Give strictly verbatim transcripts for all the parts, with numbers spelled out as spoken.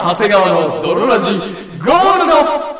長谷川の泥ラジゴールド。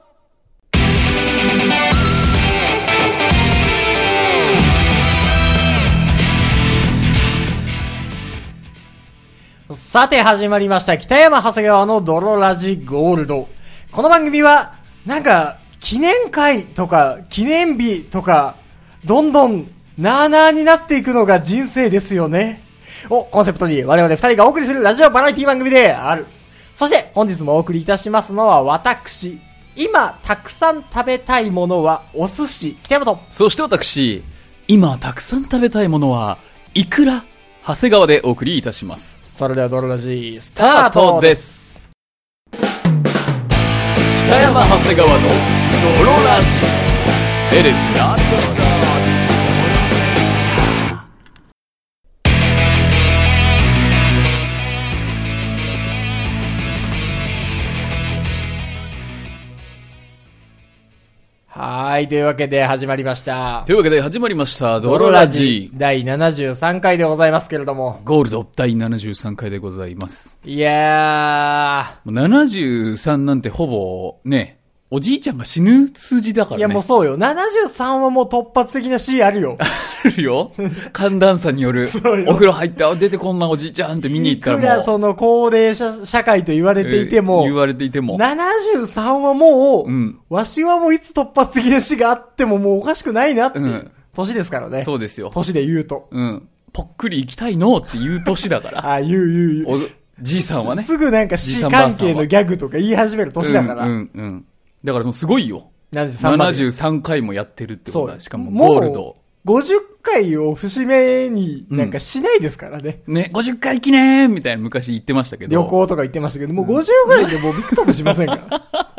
さて始まりました北山長谷川の泥ラジゴールド。この番組はなんか記念会とか記念日とかどんどんなーなーになっていくのが人生ですよねをコンセプトに我々二人がお送りするラジオバラエティ番組である。そして本日もお送りいたしますのは私、今たくさん食べたいものはお寿司北山と、 そして私、今たくさん食べたいものはいくら長谷川でお送りいたします。 それではドロラジースタートです。北山長谷川のドロラジエレスなはい、というわけで始まりました。 というわけで始まりましたドロラジだいななじゅうさんかいでございますけれども、 ゴールドだいななじゅうさんかいでございます。 いやーななじゅうさんなんてほぼね、おじいちゃんが死ぬ数字だからね。 いやもうそうよ。ななじゅうさんはもう突発的なシーンあるよ。 あるよ。寒暖差による。お風呂入って出てこんなおじいちゃんって見に行ったらもう。 いくらその高齢者社会と言われていても、 えー、言われていても。 ななじゅうさんはもう、うん、わしはもういつ突発的な死があってももうおかしくないなっていう、うん、年ですからね。 そうですよ。 年で言うと。 うん。ぽっくり行きたいのって言う年だから。 ああ、言う言う言う。 じいさんはね。 すぐなんか死関係のギャグとか言い始める年だから。 うんうんうん。だからもうすごいよ。 なななじゅうさんかいもやってるってことだ。しかもゴールド。 ごじゅっかいを節目になんかしないですからね。 うん、ね、ごじゅっかい記念みたいな昔言ってましたけど。 旅行とか言ってましたけど、もうごじゅうぐらいでもうビクともしませんから。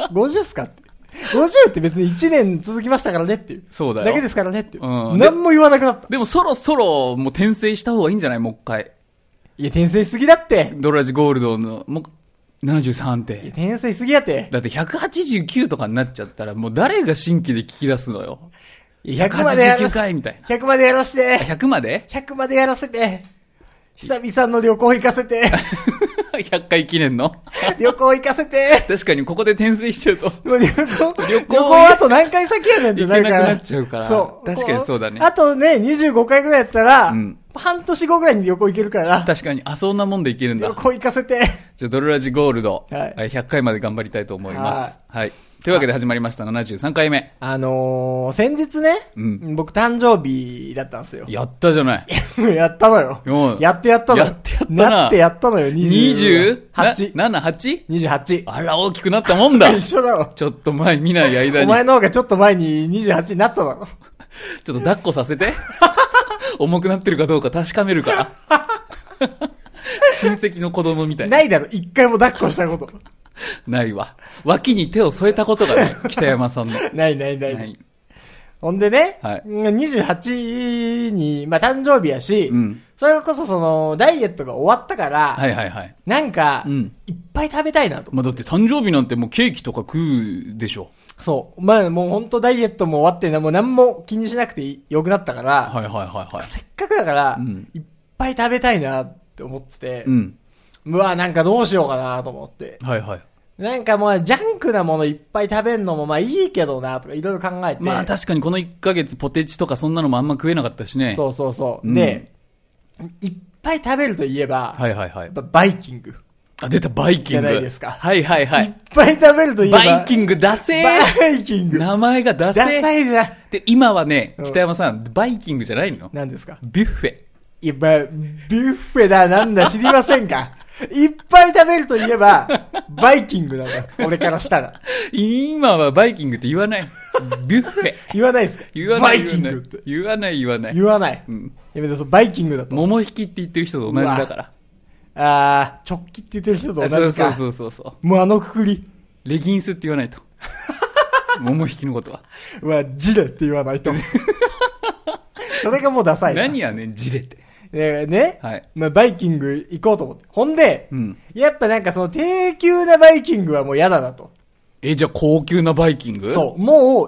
ごじゅうっすかって。ごじゅうって別にいちねん続きましたからねっていう。そうだよ。だけですからねっていう。うん。何も言わなくなった。 で, でもそろそろもう転生した方がいいんじゃないもう一回。 いや、転生しすぎだって。 ドラジゴールドの、もう、ななじゅうさんって。 いや、転生しすぎやって。 だってひゃくはちじゅうきゅうとかになっちゃったら、もう誰が新規で聞き出すのよ。 ひゃくまでやらせて。ひゃくはちじゅうきゅうかいみたいな。 ひゃくまでやらせて。 ひゃくまで ? ひゃく までやらせて。久々の旅行行かせて。 ひゃっかい記念の旅行行かせて。 確かにここで転生しちゃうと。 もう旅行、旅行あと何回先やねんってなるから。行けなくなっちゃうから。そう。確かにそうだね。 あとね、にじゅうごかいぐらいやったら、うん、半年後ぐらいに旅行行けるから。 確かに、あ、そんなもんで行けるんだ。 旅行行かせて。 じゃあ、ドロラジゴールド。はい。ひゃっかいまで頑張りたいと思います。はい。はいというわけで始まりましたななじゅうさんかいめ。 あのー、先日ね、うん、僕誕生日だったんですよ。 やったじゃない。 やったのよ。 やってやったのよ。 やってやったな。 やってやったのよ、 にじゅうはち。なな、はち? にじゅうはち。 あら、大きくなったもんだ。 一緒だろ。 ちょっと前見ない間に。 お前の方がちょっと前ににじゅうはちになっただろ。 ちょっと抱っこさせて。重くなってるかどうか確かめるから。親戚の子供みたいな。 ないだろ、一回も抱っこしたこと。 ないわ。脇に手を添えたことがない。北山さんの。 ないないない。ないほんでね、はい、にじゅうはちに、まあ、誕生日やし、うん、それこそその、ダイエットが終わったから、 はいはいはい。 なんか、うん、いっぱい食べたいなと。 まあ、だって誕生日なんてもうケーキとか食うでしょ。 そう。まあ、もうほんとダイエットも終わってな、もう何も気にしなくてよくなったから、 はいはいはいはい。 せっかくだから、うん、いっぱい食べたいなって思ってて、うん。うわ、なんかどうしようかなと思って。 はいはい。 なんかもうジャンクなものいっぱい食べんのもまあいいけどなとかいろいろ考えて。 まあ確かにこのいっかげつポテチとかそんなのもあんま食えなかったしね。 そうそうそう。うん、で、いっぱい食べるといえば、 はいはいはい。 バイキング。 あ、出たバイキング。 じゃないですか。 はいはいはい。 いっぱい食べるといえば。 バイキング出せー。 バイキング。 名前が出せー。 ダサいじゃん。 で、今はね、北山さん、バイキングじゃないの？ 何ですか？ ビュッフェ。 いや、ビュッフェだなんだ知りませんか？いっぱい食べるといえば、バイキングなんだ。俺からしたら。 今はバイキングって言わない。ビュッフェ。 言わないですか？ 言わない。バイキングって。言わない言わない。 言わない。うん。やめて、そう、バイキングだと。 桃引きって言ってる人と同じだから。 あー、直帰って言ってる人と同じか。 そうそうそうそうそう。 もうあのくくり。 レギンスって言わないと。桃引きのことは。 うわ、ジレって言わないと。それがもうダサい。 何やねん、ジレって。 えー、ね、 はい。 まあ、バイキング行こうと思って。ほんで、うん、やっぱなんかその低級なバイキングはもう嫌だなと。 え、じゃあ高級なバイキング？ そう。もう、一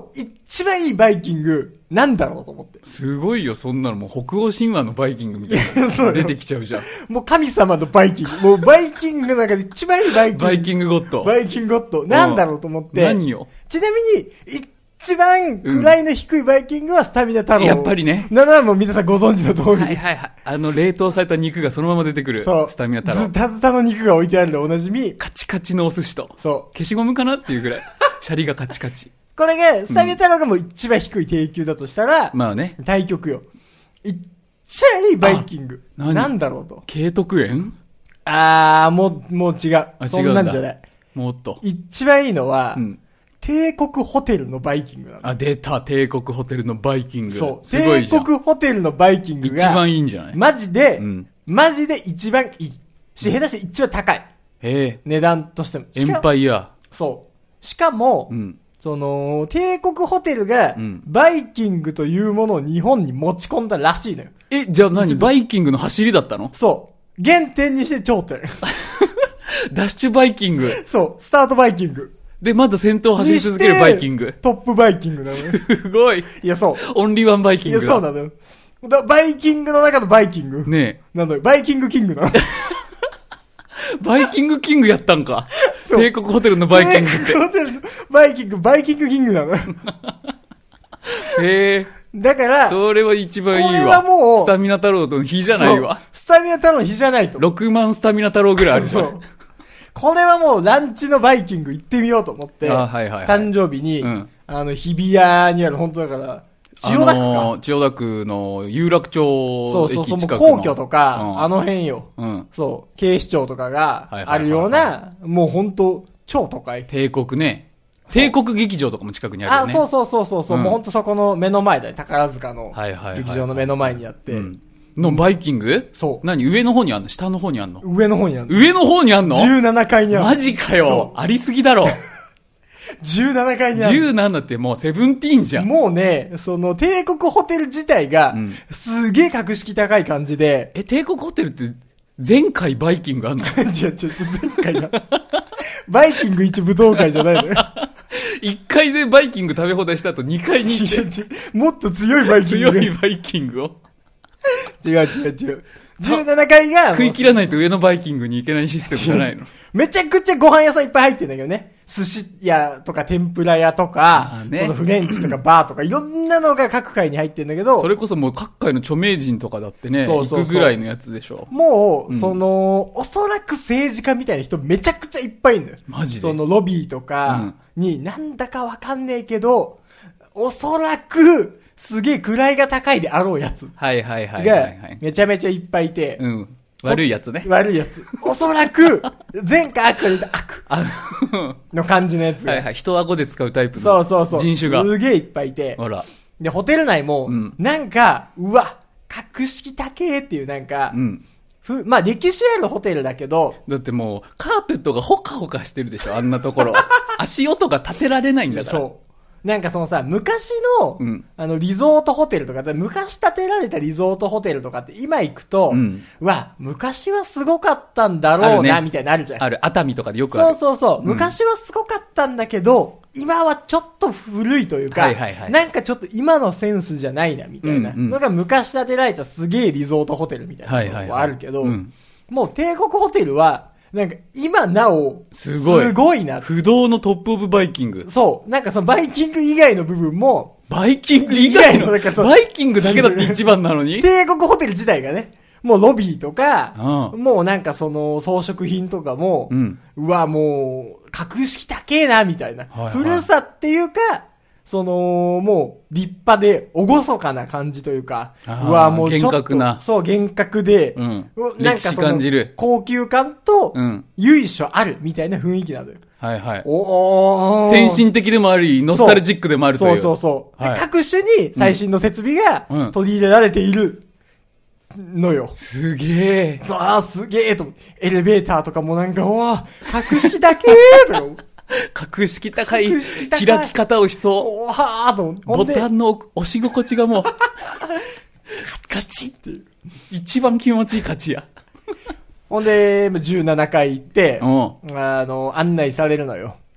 一番いいバイキング、なんだろうと思って。 すごいよ、そんなのもう北欧神話のバイキングみたいな。 そうよ出てきちゃうじゃん。 もう神様のバイキング。もうバイキングの中で一番いいバイキング。 バイキングゴッド。 バイキングゴッド。なんだろうと思って。 何よ。 ちなみに、一番位の低いバイキングはスタミナ太郎。 やっぱりね。 なのはもう皆さんご存知の通り。 はいはいはい。あの冷凍された肉がそのまま出てくる。 そう。 スタミナ太郎。 ズタズタの肉が置いてあるでおなじみ。 カチカチのお寿司と。 そう。 消しゴムかなっていうぐらい。シャリがカチカチ。 これが、スタミナ太郎がもう一番低い低級だとしたら、 まあね。 対極よ。いっちゃいいバイキング。 何なんだろうと。 慶徳園あー、もう、もう違う。 あそんなんじゃない。 もっと。 一番いいのは、 うん、 帝国ホテルのバイキングなの。 あ、出た。帝国ホテルのバイキング。 そう。 すごいじゃん。 帝国ホテルのバイキングが、 一番いいんじゃないマジで、 うん、 マジで一番いい。し、下手して一番高い。 へえ。 値段としても。 エンパイア。 そう。しかも、 うんその、帝国ホテルが、バイキングというものを日本に持ち込んだらしいのよ。 え、じゃあ何バイキングの走りだったのそう。原点にして頂点。 ダッシュバイキング。 そう。スタートバイキング。 で、まだ先頭を走り続けるバイキング。 トップバイキングなのよ。 すごい。 いや、そう。 オンリーワンバイキング。 いや、そうなのよ。だバイキングの中のバイキング。 ねえ。 なのよ。バイキングキングなの。 バイキングキングやったんか。帝国ホテルのバイキングって。 帝国ホテルのバイキング、バイキングキングなのよ。 へえ。 だから、 それは一番いいわ。 これはもう、 スタミナ太郎の日じゃないわ。 スタミナ太郎の日じゃないと。 ろくまんスタミナ太郎ぐらいあるじゃん。 そう。これはもうランチのバイキング行ってみようと思って、 あ、はいはいはい、 誕生日に、 うん、 あの、日比谷にある、本当だから、千代田区か。あのー、千代田区の有楽町駅近くの。そうそうそう、 もう皇居とか、うん、あの辺よ。 うん。 そう、警視庁とかがあるような、もう本当超都会。 帝国ね。帝国劇場とかも近くにあるよね。 あ、そうそうそうそうそう、うん、もう本当そこの目の前だね。宝塚の劇場の目の前にあって。 うん、のバイキングそう。 何上の方にあんの下の方にあんの上の方にあんの。 上の方にあんの ? じゅうなな 階にある。 マジかよ。ありすぎだろ。 じゅうななかいにある。 じゅうななってもうセブンティーンじゃん。 もうね、その帝国ホテル自体が、すげえ格式高い感じで。 うん、え、帝国ホテルって前回バイキングあんのじゃちょっと前回だ。バイキング一武道会じゃないのよ。 いっかいでバイキング食べ放題した後にかいに行ってもっと強いバイキング。 強いバイキングを。 違う違う違う。じゅうななかいが。 食い切らないと上のバイキングに行けないシステムじゃないの。 めちゃくちゃご飯屋さんいっぱい入ってんだけどね。寿司屋とか天ぷら屋とか、ね、そのフレンチとかバーとかいろんなのが各階に入ってんだけど。 それこそもう各階の著名人とかだってね、そうそうそう行くぐらいのやつでしょ。 もう、うん、その、おそらく政治家みたいな人めちゃくちゃいっぱいいるのよ。 マジでそのロビーとかに、なんだかわかんねえけど、おそらく、すげえ位が高いであろうやつ。 はいはいはいはい、はい。 が、めちゃめちゃいっぱいいて。 うん。悪いやつね。 悪いやつ。おそらく、前回悪で言った悪。の感じのやつが。 はいはい。人顎で使うタイプのそうそうそう。 人種が。 すげえいっぱいいて。 ほら。 で、ホテル内も、 うん、 なんか、うわ、格式高えっていうなんか、 うん。 ふ、まあ歴史あるホテルだけど。 だってもう、カーペットがほかほかしてるでしょ、あんなところ。足音が立てられないんだから。 そう。なんかそのさ、昔の、 うん、 あの、リゾートホテルとか、昔建てられたリゾートホテルとかって今行くと、うん、わ、昔はすごかったんだろうな、ね、みたいなのあるじゃん。 ある、熱海とかでよくある。 そうそうそう。うん、昔はすごかったんだけど、今はちょっと古いというか、 はいはいはい、 なんかちょっと今のセンスじゃないな、みたいなのが昔建てられたすげえリゾートホテルみたいなのはあるけど、もう帝国ホテルは、なんか、今なお、 すごい。 すごいな。 不動のトップオブバイキング。 そう。なんかそのバイキング以外の部分も、 バイキング以外の、バイキングだけだって一番なのに帝国ホテル自体がね、もうロビーとか、 うん、 もうなんかその装飾品とかも、 うん、 うわ、もう、格式高えな、みたいな、はいはい。古さっていうか、その、もう、立派で、厳かな感じというか、うわ、もうちょっと、 厳格な。 そう、厳格で、 うん、 なんかその、高級感と、由緒ある、みたいな雰囲気なのよ。 はいはい。 おー。 先進的でもあり、ノスタルジックでもあるという。 そうそうそう。はい、各種に最新の設備が取り入れられているのよ。 うん、すげえ。 そう、あーすげえと。エレベーターとかもなんか、うわ格式高えーと。 格式高い開き方をしそう。 おはーと。 ボタンの押し心地がもう、カチッっていう。一番気持ちいい勝ちや。 ほんで、じゅうななかい行って、あの、案内されるのよ。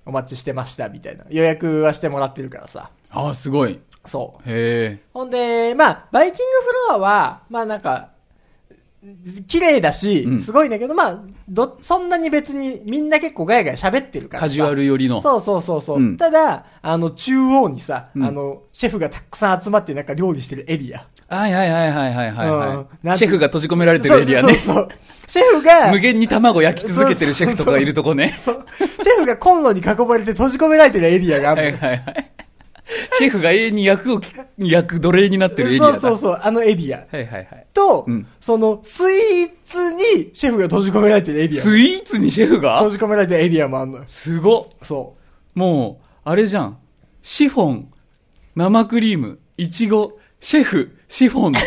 お待ちしてました、みたいな。予約はしてもらってるからさ。 ああ、すごい。 そう。 へえ。 ほんで、まあ、バイキングフロアは、まあなんか、綺麗だし、 うんすごいんだけど、まあ、ど、そんなに別にみんな結構ガヤガヤ喋ってるからさ。 カジュアル寄りの。 そうそうそうそう、 うん、 ただ、あの、中央にさ、 うん、 あの、シェフがたくさん集まってなんか料理してるエリア。 はいはいはいはいはいはい、はいうん、 シェフが閉じ込められてるエリアね。 そうそうそう。シェフが、 無限に卵焼き続けてるシェフとかがいるとこね。 そう。シェフがコンロに囲まれて閉じ込められてるエリアがあるの。 はいはいはい。シェフが永遠に役を、役奴隷になってるエリアだ。 そうそうそう、あのエリア。 はいはいはい。 と、 うん、 その、スイーツにシェフが閉じ込められてるエリア。 スイーツにシェフが閉じ込められてるエリアもあんのよ。 すごっ。 そう。 もう、あれじゃん。シフォン、生クリーム、イチゴ、シェフ、シフォン。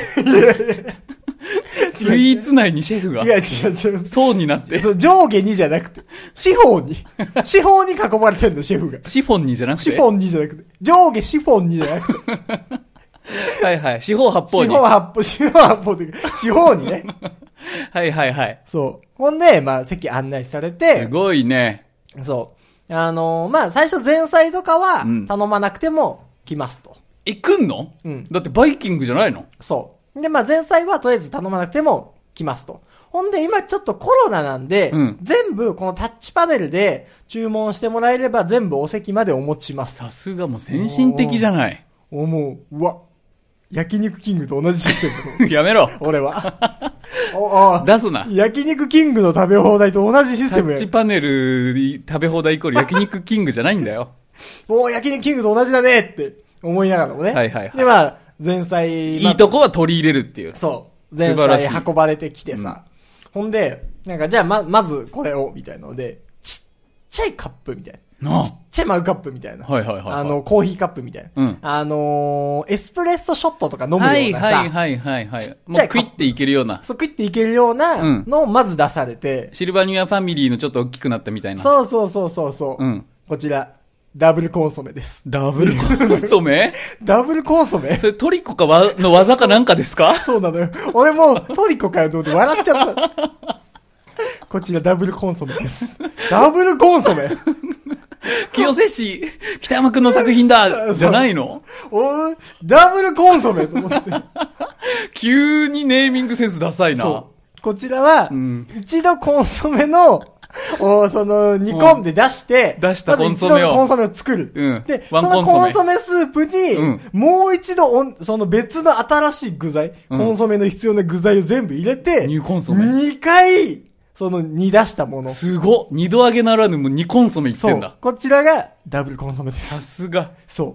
スイーツ内にシェフが。 違う違う違う。 層になって。 そう、上下にじゃなくて、四方に。四方に囲まれてんの、シェフが。 シフォンにじゃなくて。 シフォンにじゃなくて。上下シフォンにじゃなくて。 はいはい。四方八方に。 四方八方、四方八方というか、四方にね。 はいはいはい。 そう。ほんで、まあ、席案内されて。 すごいね。 そう。あのー、まあ、最初前菜とかは、頼まなくても来ますと。 え、来んの？うん。だってバイキングじゃないの？ そう。で、まあ、前菜はとりあえず頼まなくても来ますと。ほんで、今ちょっとコロナなんで、うん、全部このタッチパネルで注文してもらえれば全部お席までお持ちします。 さすがもう先進的じゃない。 おもう、うわ。焼肉キングと同じシステム。 やめろ。 俺は。おお出すな。 焼肉キングの食べ放題と同じシステムや。 タッチパネル食べ放題イコール焼肉キングじゃないんだよ。 おー、焼肉キングと同じだねって思いながらもね。 はいはいはい。 で、まあ、前菜。 いいとこは取り入れるっていう。 そう。前菜運ばれてきてさ。うん、ほんで、なんかじゃあま、まずこれを、みたいなので、ちっちゃいカップみたいな。ちっちゃいマグカップみたいな。 はいはいはい、はい。 あの、コーヒーカップみたいな。うん。あのー、エスプレッソショットとか飲むようなさ。はいはいはいはいはい。ちっちゃい食いっていけるような。 そう、食いっていけるようなのをまず出されて。 うん、シルバニアファミリーのちょっと大きくなったみたいな。 そうそうそうそうそう。うん。こちら、ダブルコンソメです。 ダブルコンソメダブルコンソメそれトリコかわの技かなんかですか？ そうなのよ。俺もトリコかよと思って笑っちゃった。こちらダブルコンソメです。ダブルコンソメ清瀬市、北山くんの作品だじゃないの？ おダブルコンソメと思って。 急にネーミングセンスダサいな。 そう。こちらは、うん、一度コンソメの、おその、煮込んで出して、 出したコンソメを。 まず一度コンソメを作る。 うん。 で、そのコンソメスープに、うん、もう一度おん、その別の新しい具材、うん、コンソメの必要な具材を全部入れて、 ニューコンソメ。 にかい、その煮出したもの。 すごっ。二度揚げならぬもにコンソメいってんだ。そう。 こちらがダブルコンソメです。 さすが。 そう。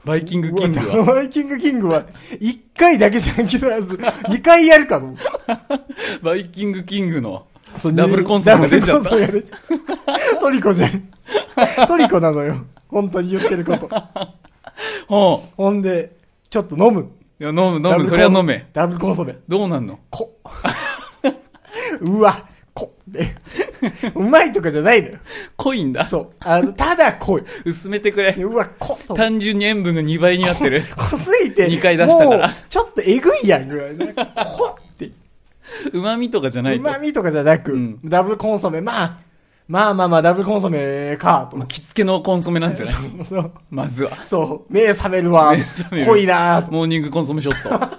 バイキングキングは。 バイキングキングは、いっかいだけじゃんけどやず、にかいやるかと思う。 バイキングキングのダブルコンソメが出ちゃった。 トリコじゃん。トリコなのよ。本当に言ってること。 ほう。 ほんで、ちょっと飲む。 いや、飲む、飲む、そりゃ飲め。 ダブルコンソメ。 どうなんの？ こ。うわ。こでうまいとかじゃないのよ。 濃いんだ。 そう。あの、ただ濃い。 薄めてくれ。 うわ、こ。 単純に塩分がにばいになってる。 濃すぎて。 にかい出したから。 ちょっとえぐいやんぐらいね。こって。 旨味とかじゃないと。 旨味とかじゃなく、うん、ダブルコンソメ、まあ、まあまあまあ、ダブルコンソメか、と。まあ、 着付けのコンソメなんじゃない？ そうそう。 まずは。 そう。目覚めるわ。目覚める。濃いなモーニングコンソメショット。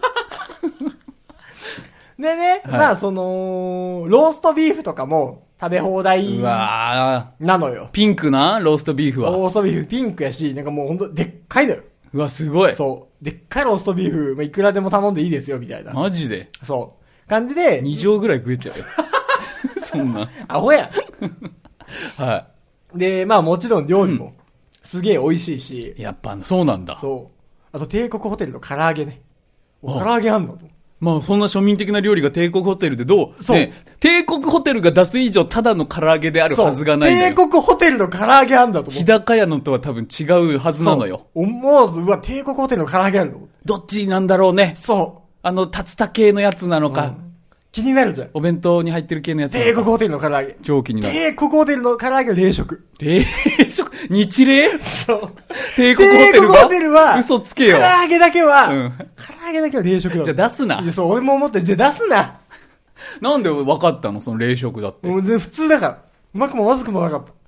でね、はい、まあその、ローストビーフとかも食べ放題なのよ。 ピンクなローストビーフは。 ローストビーフピンクやし、なんかもうほんとでっかいのよ。 うわ、すごい。 そう。でっかいローストビーフ、まあ、いくらでも頼んでいいですよ、みたいな。 マジで？ そう。感じで。 に錠ぐらい食えちゃうよ。そんな。 アホや。 はい。 で、まあもちろん料理もすげえ美味しいし。 やっぱそうなんだ。 そう。あと帝国ホテルの唐揚げね。唐揚げあんのと。 まあ、そんな庶民的な料理が帝国ホテルでどう？そう。ね、帝国ホテルが出す以上、ただの唐揚げであるはずがないんだよ。 帝国ホテルの唐揚げあんだと思う。 日高屋のとは多分違うはずなのよ。 思わず、うわ、帝国ホテルの唐揚げあるの？ どっちなんだろうね。 そう。 あの、竜田系のやつなのか。うん、 気になるじゃん。 お弁当に入ってる系のやつなのか。 帝国ホテルの唐揚げ。 超気になる。 帝国ホテルの唐揚げ冷食。 冷食日冷？ そう。 帝国ホテルが帝国ホテルは、 嘘つけよ。 唐揚げだけは、うん、唐揚げだけは冷食だ。 じゃあ出すな。 そう、俺も思って、じゃあ出すな。 なんで分かったのその冷食だって。 もう普通だから。うまくもまずくもなかった。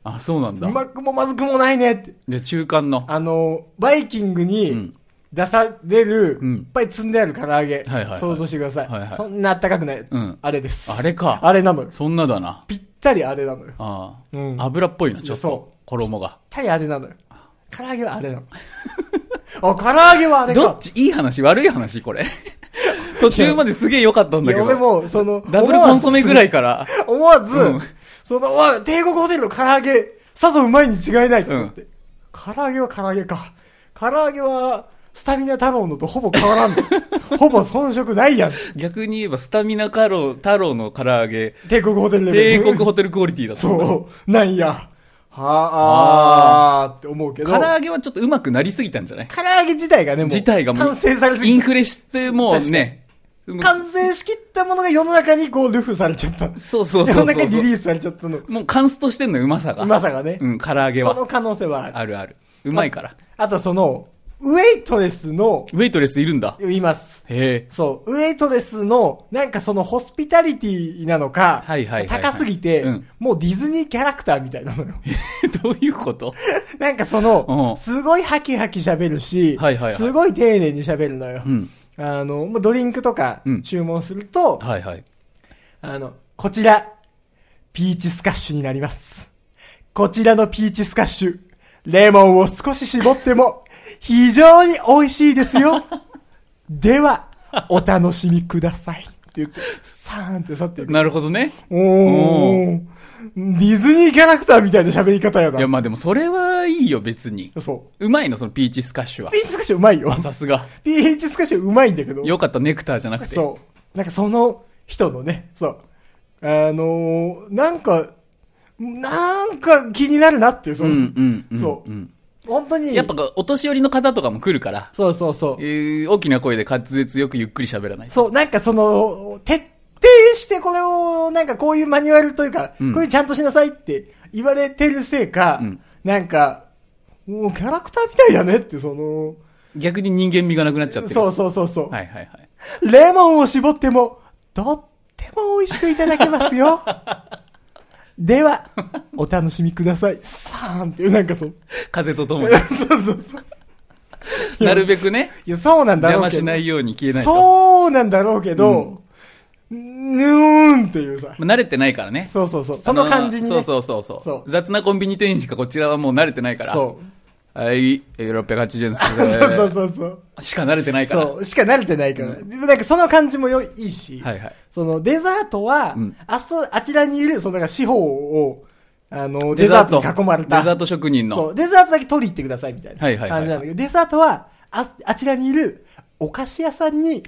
あ、そうなんだ。 うまくもまずくもないねって。 で、中間の。 あの、バイキングに出される、 うん、 いっぱい積んである唐揚げ、 はいはいはい、 想像してください。 はいはい、 そんなあったかくないやつ、 うん。 あれです。 あれか。 あれなのよ。 そんなだな。 ぴったりあれなのよ。 ああ、 うん、 油っぽいな、ちょっと。衣が。 ぴったりあれなのよ。唐揚げはあれなの。あ、唐揚げはあれか。 どっちいい話悪い話これ。途中まですげえ良かったんだけど。 いや、俺も、その、 ダブルコンソメぐらいから。 思わず、うん、その、わ、帝国ホテルの唐揚げ、さぞうまいに違いないと思って。うん、唐揚げは唐揚げか。唐揚げは、スタミナ太郎のとほぼ変わらんの。ほぼ遜色ないやん。 逆に言えば、スタミナ太郎、太郎の唐揚げ。 帝国ホテルレベル。帝国ホテルクオリティだった。 そう。なんや。はあーって思うけど。 唐揚げはちょっと上手くなりすぎたんじゃない？ 唐揚げ自体がね、もう。 自体がもう。 完成されすぎインフレしてもうね。 完成しきったものが世の中にこう、ルフされちゃった。 そうそうそうそう。 世の中にリリースされちゃったの。 もうカンストしてんの、うまさが。 うまさがね。 うん、唐揚げは。 その可能性はある。 あるある。うまいから。 あ, あとその、ウェイトレスの、 ウェイトレスいるんだ。 います。 へえ。 そう。ウェイトレスの、なんかそのホスピタリティなのか、 はいはいはい、はい。 高すぎて、うん、もうディズニーキャラクターみたいなのよ。 どういうことなんかその、すごいハキハキ喋るし、 はいはいはい、 すごい丁寧に喋るのよ。 うん、 あの、ドリンクとか注文すると、 うん、はいはい。 あの、こちら、ピーチスカッシュになります。こちらのピーチスカッシュ、レモンを少し絞っても、非常に美味しいですよ。では、お楽しみください。って言って、サーンって去っていく。 なるほどね。 おー。ディズニーキャラクターみたいな喋り方やな。 いや、まあでもそれはいいよ、別に。 そう。 うまいの、そのピーチスカッシュは。 ピーチスカッシュうまいよ。 あ、さすが。 ピーチスカッシュうまいんだけど。 よかった、ネクターじゃなくて。 そう。なんかその人のね、そう。あのー、なんか、なんか気になるなっていう、その、 うんうんうん、 そう。うん本当に。 やっぱお年寄りの方とかも来るから。 そうそうそう。 えー、大きな声で滑舌よくゆっくり喋らない。 そう、なんかその、徹底してこれを、なんかこういうマニュアルというか、うん、こういうちゃんとしなさいって言われてるせいか、うん、なんか、もうキャラクターみたいだねって、その。 逆に人間味がなくなっちゃってる。 そうそうそうそう。 はいはいはい。 レモンを絞っても、とっても美味しくいただけますよ。では、お楽しみください。さーんっていう、なんかそう。 風とともに。 そうそうそう。 なるべくね。 いや、そうなんだろうけど。 邪魔しないように消えないと。 そうなんだろうけど、うん、ぬーんっていうさ。 慣れてないからね。 そうそうそう。その感じに、ね。 そうそうそうそう。そう雑なコンビニ店員しかこちらはもう慣れてないから。そう。はい、ろっぴゃくはちじゅうえんです。 そうそうそうそう。 しか慣れてないから。 そう、しか慣れてないから。うん、なんかその感じもよいいし、 はいはい。 そのデザートは、うん、明日あちらにいる、そのなんか司法を、あの、デザートに囲まれた。 デザート職人の。 そう、デザートだけ取り行ってくださいみたいな感じなんだけど、はいはいはいはい、デザートは、あ、あちらにいるお菓子屋さんに、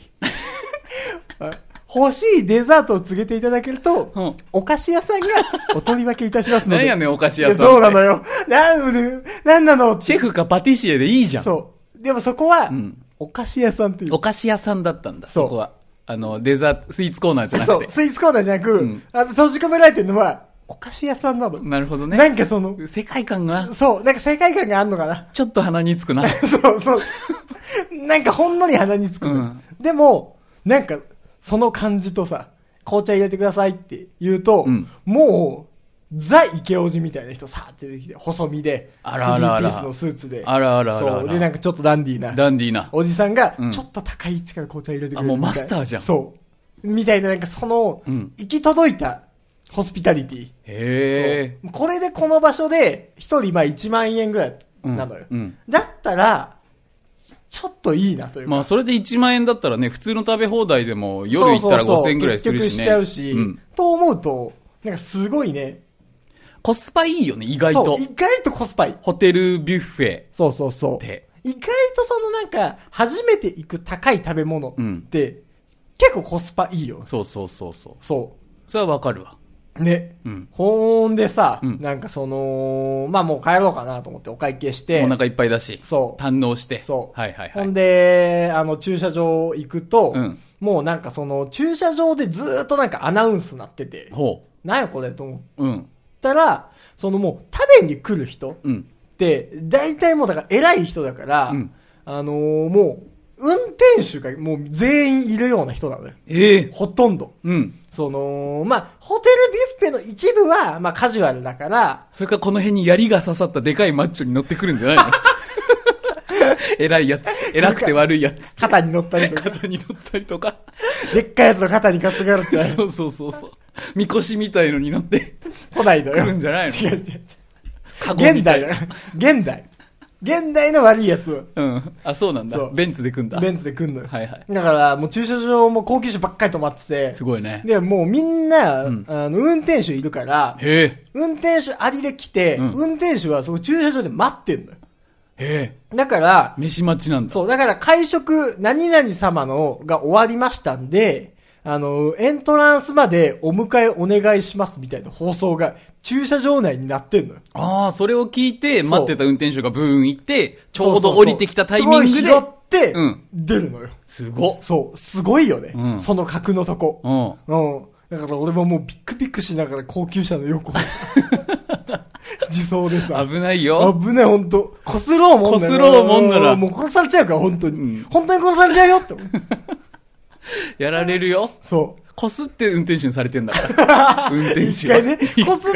欲しいデザートを告げていただけると、うん、お菓子屋さんがお取り分けいたしますので。 何やねん、お菓子屋さん。 そうなのよ。なんで、なんなのシェフかパティシエでいいじゃん。 そう。でもそこは、うん、お菓子屋さんっていう。 お菓子屋さんだったんだ、そこは。あの、デザート、スイーツコーナーじゃなくて。 そう、スイーツコーナーじゃなく、うん、あの、閉じ込められてるのは、お菓子屋さんなの。 なるほどね。 なんかその、 世界観が。 そう、なんか世界観があんのかな。 ちょっと鼻につくな。 そうそう。なんかほんのり鼻につくの、うん。でも、なんか、その感じとさ、紅茶入れてくださいって言うと、うん、もう、ザ・イケオジみたいな人さーって出てきて、細身で、 あらあらあらスリーピースのスーツで、 あらあらあらあらそう、でなんかちょっとダンディーな、 ダンディーな、 おじさんが、ちょっと高い位置から紅茶入れてくれるみたいな。 あ、もうマスターじゃん。 そう。みたいな、なんかその、うん、行き届いた、ホスピタリティ。 へー。これでこの場所で、一人まあいちまんえんぐらいなのよ。うんうん、だったら、ちょっといいなというか。 まあそれでいちまんえんだったらね、普通の食べ放題でも夜行ったらごせんえんぐらいするしね。 結局しちゃうし、うん、と思うと、なんかすごいね。 コスパいいよね、意外と。 そう、意外とコスパいい。 ホテルビュッフェ。 そうそうそう。意外とそのなんか、初めて行く高い食べ物って、うん、結構コスパいいよ。 そうそうそうそう。 そう。 それはわかるわ。 ね。うん。ほんでさ、うん、なんかその、まあもう帰ろうかなと思ってお会計して。 お腹いっぱいだし。 そう。 堪能して。 そう。 はいはいはい。 ほんで、あの、駐車場行くと、うん、もうなんかその、駐車場でずーっとなんかアナウンスなってて。 ほう。なんやこれと思ったら、そのもう食べに来る人って、大体もうだから偉い人だから、うん、あのー、もう、 運転手がもう全員いるような人なのよ。 ええほとんど。 うん。 その、まあ、ホテルビュッフェの一部は、まあ、カジュアルだから、 それかこの辺に槍が刺さったでかいマッチョに乗ってくるんじゃないの偉いやつ。偉くて悪いやつ。 肩に乗ったりとか。 肩に乗ったりとか。 でっかいやつの肩に担がれて。 そうそうそうそう。みこしみたいのに乗って。 来ないのよ。 来るんじゃないの違う違う違う。 カゴみたい現代だ。現代。現代の悪いやつを。 うん。あ、そうなんだ。ベンツで来んだ。 ベンツで来んのよ。 はいはい。 だから、もう駐車場も高級車ばっかり止まってて。 すごいね。 で、もうみんな、 うん、 あの、運転手いるから、 へえ。 運転手ありで来て、うん、運転手はその駐車場で待ってんのよ。 へえ。 だから、 飯待ちなんだ。 そう、だから会食、何々様のが終わりましたんで、あの、エントランスまでお迎えお願いしますみたいな放送が駐車場内になってんのよ。 ああ、それを聞いて、待ってた運転手がブーン行って、ちょうど降りてきたタイミングで。 拾って、うん、出るのよ。 すご。 そう、すごいよね。 うん、 その角のとこ。 うん。 うん。だから俺ももうビックビックしながら高級車の横を自走でさ。 危ないよ。 危ない、ほんと。こすろうもんなら。 こすろうもんなら。 もう殺されちゃうから、本当に。うん、本当に殺されちゃうよって。 やられるよ。 そう。 こすって運転手にされてんだから。運転手は。 一回ね、こすって、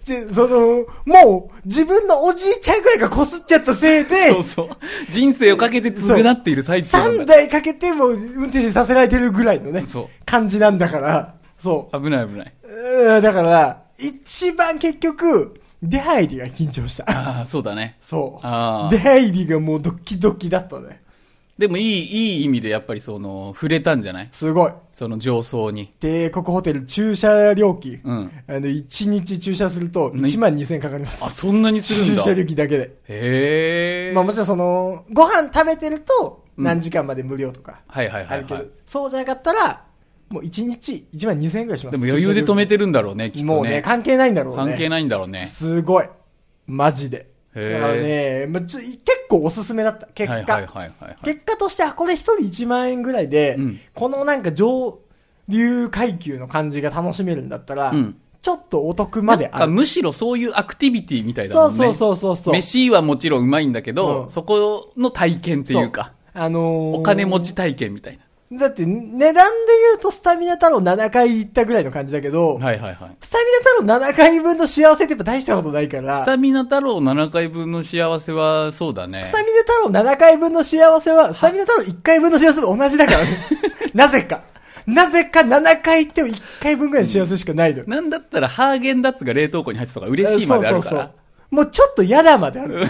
その、もう、自分のおじいちゃんぐらいがこすっちゃったせいで、 そうそう。人生をかけて償っている最中なんだ。 さんだいかけても運転手させられてるぐらいのね、感じなんだから、そう。 危ない危ない。 うん、だから、一番結局、出入りが緊張した。 ああ、そうだね。 そう。 あ出入りがもうドキドキだったね。 でもいい、いい意味でやっぱりその、触れたんじゃない？ すごい。 その上層に。 帝国ホテル駐車料金。 うん。 あの、いちにち駐車するといちまんにせんえんかかります。 あ、そんなにするんだ。 駐車料金だけで。 へー。 まあもちろんその、ご飯食べてると何時間まで無料とか。 うん、はいはいはい、はい。 あるけど、そうじゃなかったら、もういちにちいちまんにせんえんくらいします。 でも余裕で止めてるんだろうね、きっとね。 もうね、関係ないんだろうね。 関係ないんだろうね。 すごい。マジで。だからね、まあ、ちょ結構おすすめだった。結果。はいはいはいはい、結果として、これ一人いちまんえんぐらいで、うん、このなんか上流階級の感じが楽しめるんだったら、うん、ちょっとお得まである。 なんかむしろそういうアクティビティみたいだもんね。 そうそうそうそう。 飯はもちろんうまいんだけど、うん、そこの体験っていうか、 あのー、 お金持ち体験みたいな。 だって、値段で言うとスタミナ太郎ななかい行ったぐらいの感じだけど、 はいはいはい。 スタミナ太郎ななかいぶんの幸せってやっぱ大したことないから。 スタミナ太郎ななかいぶんの幸せは、そうだね。 スタミナ太郎ななかいぶんの幸せは、スタミナ太郎いっかいぶんの幸せと同じだからね。なぜか。なぜかななかい行ってもいっかいぶんぐらいの幸せしかないの、 うん。なんだったらハーゲンダッツが冷凍庫に入ってた方が嬉しいまであるから。そうそうそう。 もうちょっと嫌だまである。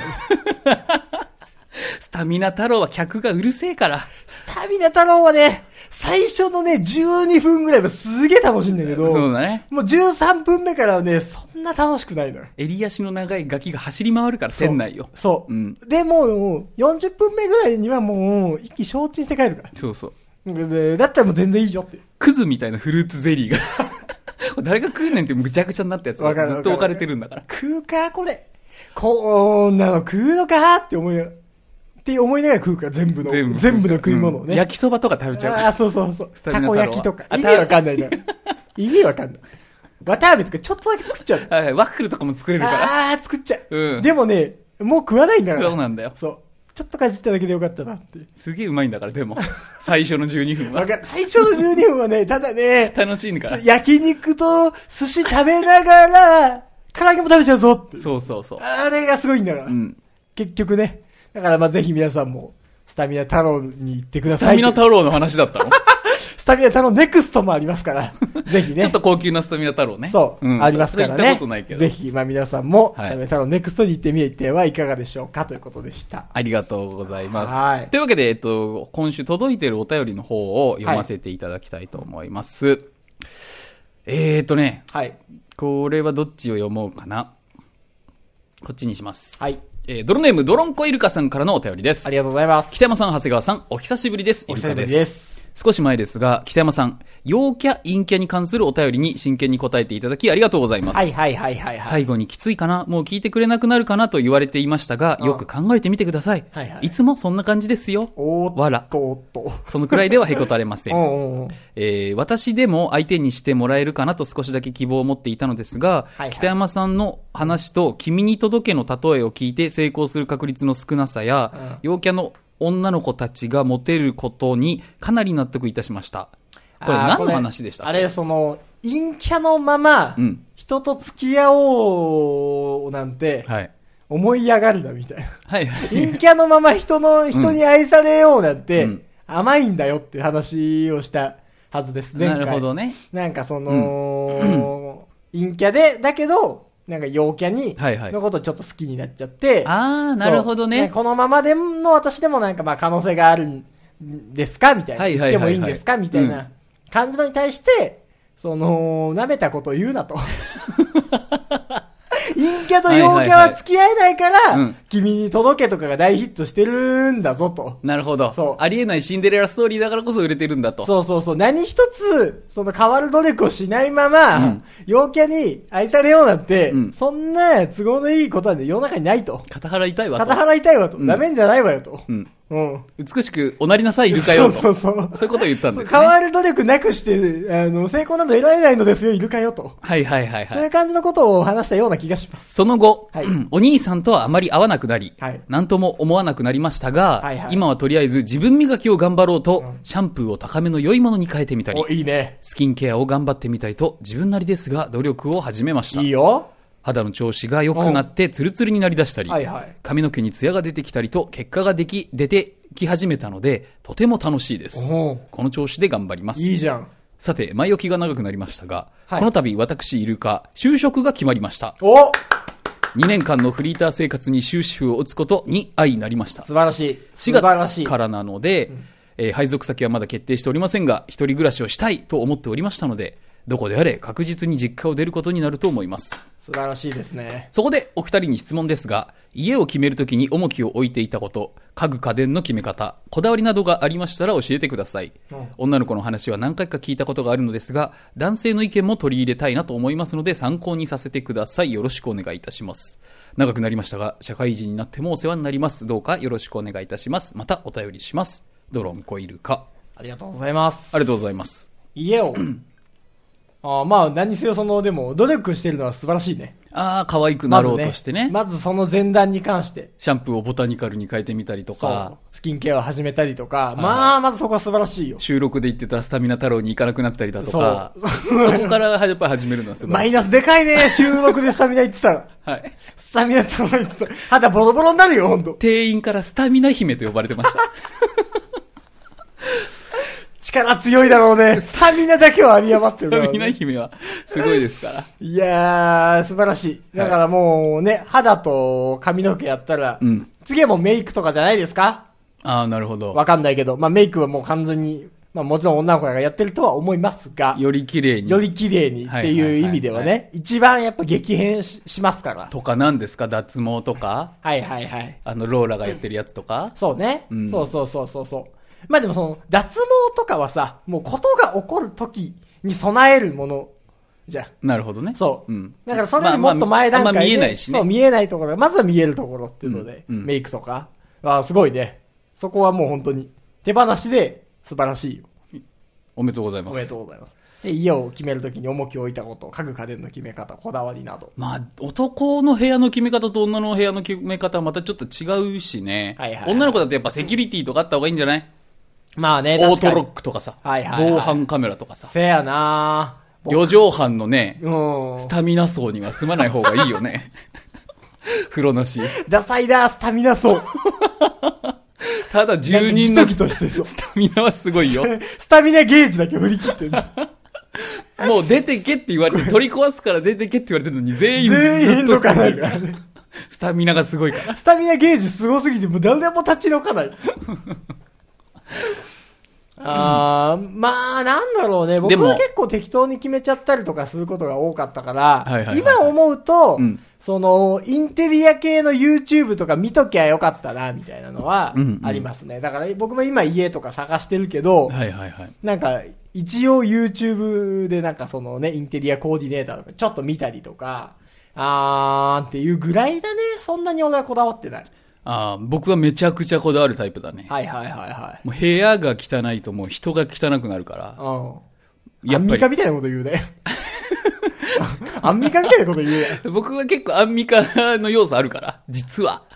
スタミナ太郎は客がうるせえから。 スタミナ太郎はね、最初のね、じゅうにふんぐらいはすげえ楽しいんだけど、 そうだね。 もうじゅうさんぷんめからはね、そんな楽しくないのよ。 襟足の長いガキが走り回るから、店内よ。 そう。うん、で、もう、よんじゅっぷんめぐらいにはもう、意気消沈して帰るから。 そうそう。 で、だったらもう全然いいよって。 クズみたいなフルーツゼリーが。誰が食うねんってぐちゃぐちゃになったやつがずっと置かれてるんだから。 食うか、これ。こんなの食うのかって思いながら。って思いながら食うから、全部の。全部。全部の食い物をね、 うん。焼きそばとか食べちゃうから。 ああ、そうそうそう。たこ焼きとか。意味わかんないな。意味わかんない。綿あめとかちょっとだけ作っちゃう。 はい、ワッフルとかも作れるから。 ああ、作っちゃう。うん。でもね、もう食わないんだから。 そうなんだよ。 そう。ちょっとかじっただけでよかったなって。 すげえうまいんだから、でも。最初のじゅうにふんは。 最初のじゅうにふんはね、ただね。 楽しいんから。 焼肉と寿司食べながら、唐揚げも食べちゃうぞって。 そうそうそう。 あれがすごいんだから。うん。結局ね。だからまあぜひ皆さんも、スタミナ太郎に行ってください。 スタミナ太郎の話だったのスタミナ太郎ネクストもありますから。ぜひね。 ちょっと高級なスタミナ太郎ね。 そう。うん、ありますからね。 行ったことないけど。 ぜひ、まあ皆さんも、スタミナ太郎ネクストに行ってみてはいかがでしょうかということでした。 ありがとうございます。 はい。 というわけで、えっと、今週届いているお便りの方を読ませていただきたいと思います。はい、えーとね。 はい。 これはどっちを読もうかな。こっちにします。 はい。 えー、ドロネームドロンコイルカさんからのお便りです。 ありがとうございます。 北山さん、長谷川さん、お久しぶりです。 お久しぶりです。 少し前ですが、北山さん、陽キャ、陰キャに関するお便りに真剣に答えていただきありがとうございます。 はいはいはいはい、はい。 最後にきついかな、もう聞いてくれなくなるかなと言われていましたが、よく考えてみてください。はいはい。いつもそんな感じですよ。 おーっとわら。 おっと。 そのくらいではへこたれません。 おうおうえー、私でも相手にしてもらえるかなと少しだけ希望を持っていたのですが、はいはい、北山さんの話と君に届けの例えを聞いて成功する確率の少なさや、うん、陽キャの女の子たちがモテることにかなり納得いたしました。これ何の話でしたっけ？ あれ、その、陰キャのまま、うん、人と付き合おうなんて、はい。思い上がるな、みたいな。はい。陰キャのまま人の、人に愛されようなんて、うん、甘いんだよって話をしたはずです、前回。なるほどね。なんかその、うん、陰キャで、だけど、なんか陽キャに、はいはい、のことをちょっと好きになっちゃって。 あー、なるほどね。 このままでの私でもなんかまあ可能性があるんですかみたいな。はいはいはいはい、言ってもいいんですかみたいな感じのに対して、その、舐めたことを言うなと。陰キャと陽キャは付き合えないから、はいはいはい、君に届けとかが大ヒットしてるんだぞと。 なるほど。そう。ありえないシンデレラストーリーだからこそ売れてるんだと。 そうそうそう。何一つ、その変わる努力をしないまま、うん、陽キャに愛されようなんて、うん、そんな都合のいいことは、ね、世の中にないと。 肩払いたいわと。 肩払いたいわと。うん、ダメんじゃないわよと。うんうん。美しくおなりなさい、イルカよと。そうそうそう。そういうことを言ったんですね。 変わる努力なくして、あの、成功など得られないのですよ、イルカよと。 はいはいはいはい。 そういう感じのことを話したような気がします。 その後、はい、お兄さんとはあまり会わなくなり、はい、なんとも思わなくなりましたが、はいはい、今はとりあえず自分磨きを頑張ろうと、うん、シャンプーを高めの良いものに変えてみたり、 お、いいね。 スキンケアを頑張ってみたいと、自分なりですが、努力を始めました。 いいよ。 肌の調子が良くなってツルツルになりだしたり、はいはい、髪の毛にツヤが出てきたりと結果ができ出てき始めたのでとても楽しいです。この調子で頑張ります。 いいじゃん。 さて前置きが長くなりましたが、はい、この度私イルカ就職が決まりました。 おにねんかんのフリーター生活に終止符を打つことに相なりました。 素晴らしい。 しがつからなので、うんえー、配属先はまだ決定しておりませんが一人暮らしをしたいと思っておりましたのでどこであれ確実に実家を出ることになると思います。 素晴らしいですね。 そこでお二人に質問ですが、家を決めるときに重きを置いていたこと、家具家電の決め方、こだわりなどがありましたら教えてください。うん、女の子の話は何回か聞いたことがあるのですが、男性の意見も取り入れたいなと思いますので参考にさせてください。よろしくお願いいたします。長くなりましたが、社会人になってもお世話になります。どうかよろしくお願いいたします。またお便りします。ドロンコイルカ。 ありがとうございます。 ありがとうございます。 家をあまあ何にせよそのでも努力してるのは素晴らしいね。 ああ可愛くなろうとしてね。 まずね、まずその前段に関してシャンプーをボタニカルに変えてみたりとか、 スキンケアを始めたりとか、まあまずそこは素晴らしいよ。 収録で言ってたスタミナ太郎に行かなくなったりだとか、そ, そこからやっぱり始めるのは素晴らしい。 マイナスでかいね。収録でスタミナ言ってたら。はい。スタミナ太郎言ってた。肌ボロボロになるよ本当。 店員からスタミナ姫と呼ばれてました。 力強いだろうね。スタミナだけはあり余ってるから、ね。 スタミナ姫はすごいですから。 いやー、素晴らしい。だからもうね、はい、肌と髪の毛やったら、うん、次はもうメイクとかじゃないですか？ あー、なるほど。 わかんないけど、まあメイクはもう完全に、まあもちろん女の子がやってるとは思いますが、 より綺麗に。 より綺麗にっていう意味ではね、はいはいはいはい、一番やっぱ激変 し, しますから。 とか何ですか？脱毛とかはいはいはい。 あの、ローラがやってるやつとかそうね、うん。そうそうそうそうそう。まあでもその、脱毛とかはさ、もうことが起こる時に備えるものじゃん。 なるほどね。 そう。うん、だからそれよりもっと前段階で、まあまあ、見えないしね。そう、見えないところ、まずは見えるところっていうので、うんうん、メイクとか。あすごいね。そこはもう本当に手放しで素晴らしいよ。 おめでとうございます。 おめでとうございます。で、家を決めるときに重きを置いたこと、家具家電の決め方、こだわりなど。 まあ、男の部屋の決め方と女の部屋の決め方はまたちょっと違うしね。はいはいはい、女の子だとやっぱセキュリティとかあった方がいいんじゃない？ まあね、 オートロックとかさ、はいはいはい、防犯カメラとかさ。 せやな四畳半のね、スタミナ層には住まない方がいいよね。風呂なし。 ダサいな、スタミナ層。 ただ住人のギトギトしてそうスタミナはすごいよ。 スタミナゲージだけ振り切ってる。 もう出てけって言われて、取り壊すから出てけって言われてるのに全員ずっとすごいからね。 スタミナがすごいから。 スタミナゲージすごすぎてもう誰でも立ち退かない。あー、まあなんだろうね。僕は結構適当に決めちゃったりとかすることが多かったから、はいはいはいはい、今思うと、うん、そのインテリア系の YouTube とか見ときゃよかったなみたいなのはありますね。うんうん、だから僕も今家とか探してるけど、はいはいはい、なんか一応 YouTube でなんかそのねインテリアコーディネーターとかちょっと見たりとか、あーっていうぐらいだね。そんなに俺はこだわってない。 ああ、僕はめちゃくちゃこだわるタイプだね。 はいはいはいはい。 もう部屋が汚いともう人が汚くなるから。うん。 やっぱりアンミカみたいなこと言うね。アンミカみたいなこと言うね。 僕は結構アンミカの要素あるから、実は。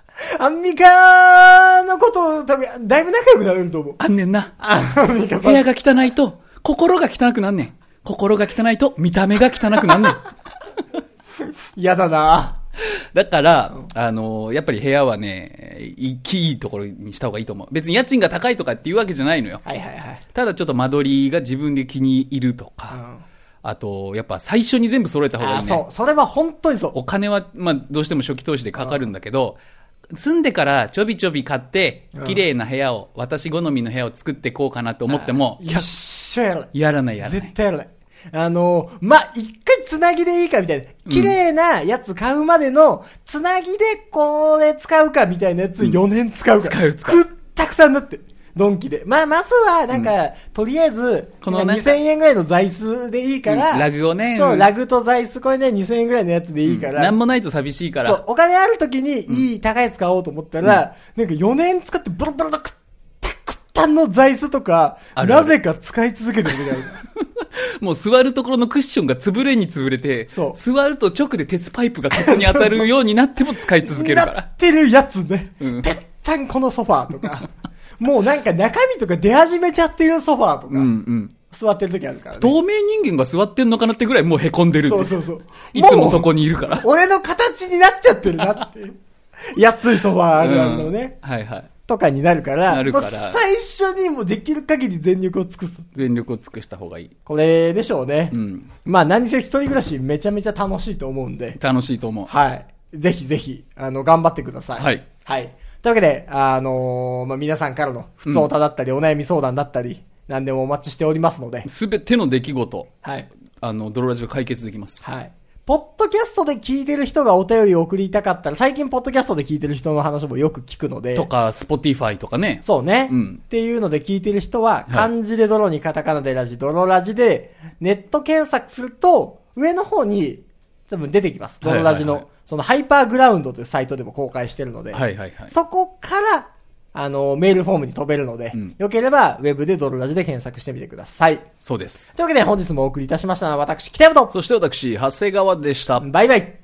アンミカのこと多分だいぶ仲良くなれると思う。 あんねんな。 アンミカさん。 部屋が汚いと心が汚くなんねん。心が汚いと見た目が汚くなんねん。 嫌だな。 だから、あのー、やっぱり部屋はね、いい、いいところにした方がいいと思う。別に家賃が高いとかっていうわけじゃないのよ。 はいはいはい。 ただちょっと間取りが自分で気に入るとか、うん、あと、やっぱ最初に全部揃えた方がいいね。 あ、そう。それは本当にそう。 お金は、まあ、どうしても初期投資でかかるんだけど、住んでからちょびちょび買って、綺麗な部屋を、私好みの部屋を作っていこうかなと思っても、 一緒やらない。 やらないやらない。 絶対やらない。あのー、まあ、一回つなぎでいいかみたいな。綺麗なやつ買うまでの、つなぎでこれ使うかみたいなやつよねん使うから。 うん、使う使う。 くったくさんなって。ドンキで。まあ、まずは、なんか、うん、とりあえず、このにせんえんぐらいの座椅子でいいから、 うん、ラグをね。 そう、ラグと座椅子、これね、にせんえんぐらいのやつでいいから。 うん、なんもないと寂しいから。 そう、お金ある時に、いい高いやつ買おうと思ったら、うん、なんかよねん使ってブルブルのくったくったの座椅子とか、あるあるなぜか使い続けてるみたいな。 もう座るところのクッションが潰れに潰れて、そう座ると直で鉄パイプがケツに当たるようになっても使い続けるから。 なってるやつね。うん、ぺったんこのソファーとか。もうなんか中身とか出始めちゃってるソファーとか。うんうん。座ってる時あるからね。 透明人間が座ってんのかなってぐらいもう凹んでるんで。 そうそうそう。 いつもそこにいるから。 俺の形になっちゃってるなっていう。安いソファーあるあるのね。 うん、はいはい。 とかになるから、 なるから、 最初にもできる限り全力を尽くす。 全力を尽くした方がいい。 これでしょうね。 うん。 まあ何せ一人暮らしめちゃめちゃ楽しいと思うんで。 楽しいと思う。 はい。ぜひぜひ、あの、頑張ってください。 はい。 はい。というわけで、あのー、まあ、皆さんからの普通歌だったり、うん、お悩み相談だったり、何でもお待ちしておりますので。 すべての出来事。 はい。 あの、ドロラジオ解決できます。 はい。ポッドキャストで聞いてる人がお便りを送りたかったら、最近ポッドキャストで聞いてる人の話もよく聞くので。 とか、スポティファイとかね。 そうね。 うん。 っていうので聞いてる人は、漢字でドロにカタカナでラジ、ドロラジで、ネット検索すると、上の方に、多分出てきます。ドロラジの、はいはいはい、そのハイパーグラウンドというサイトでも公開してるので。 はいはいはい。 そこから、あの、メールフォームに飛べるので、うん、よければ、ウェブでドロラジで検索してみてください。 そうです。 というわけで、本日もお送りいたしましたのは、私、北山と、 そして私、長谷川でした。 バイバイ。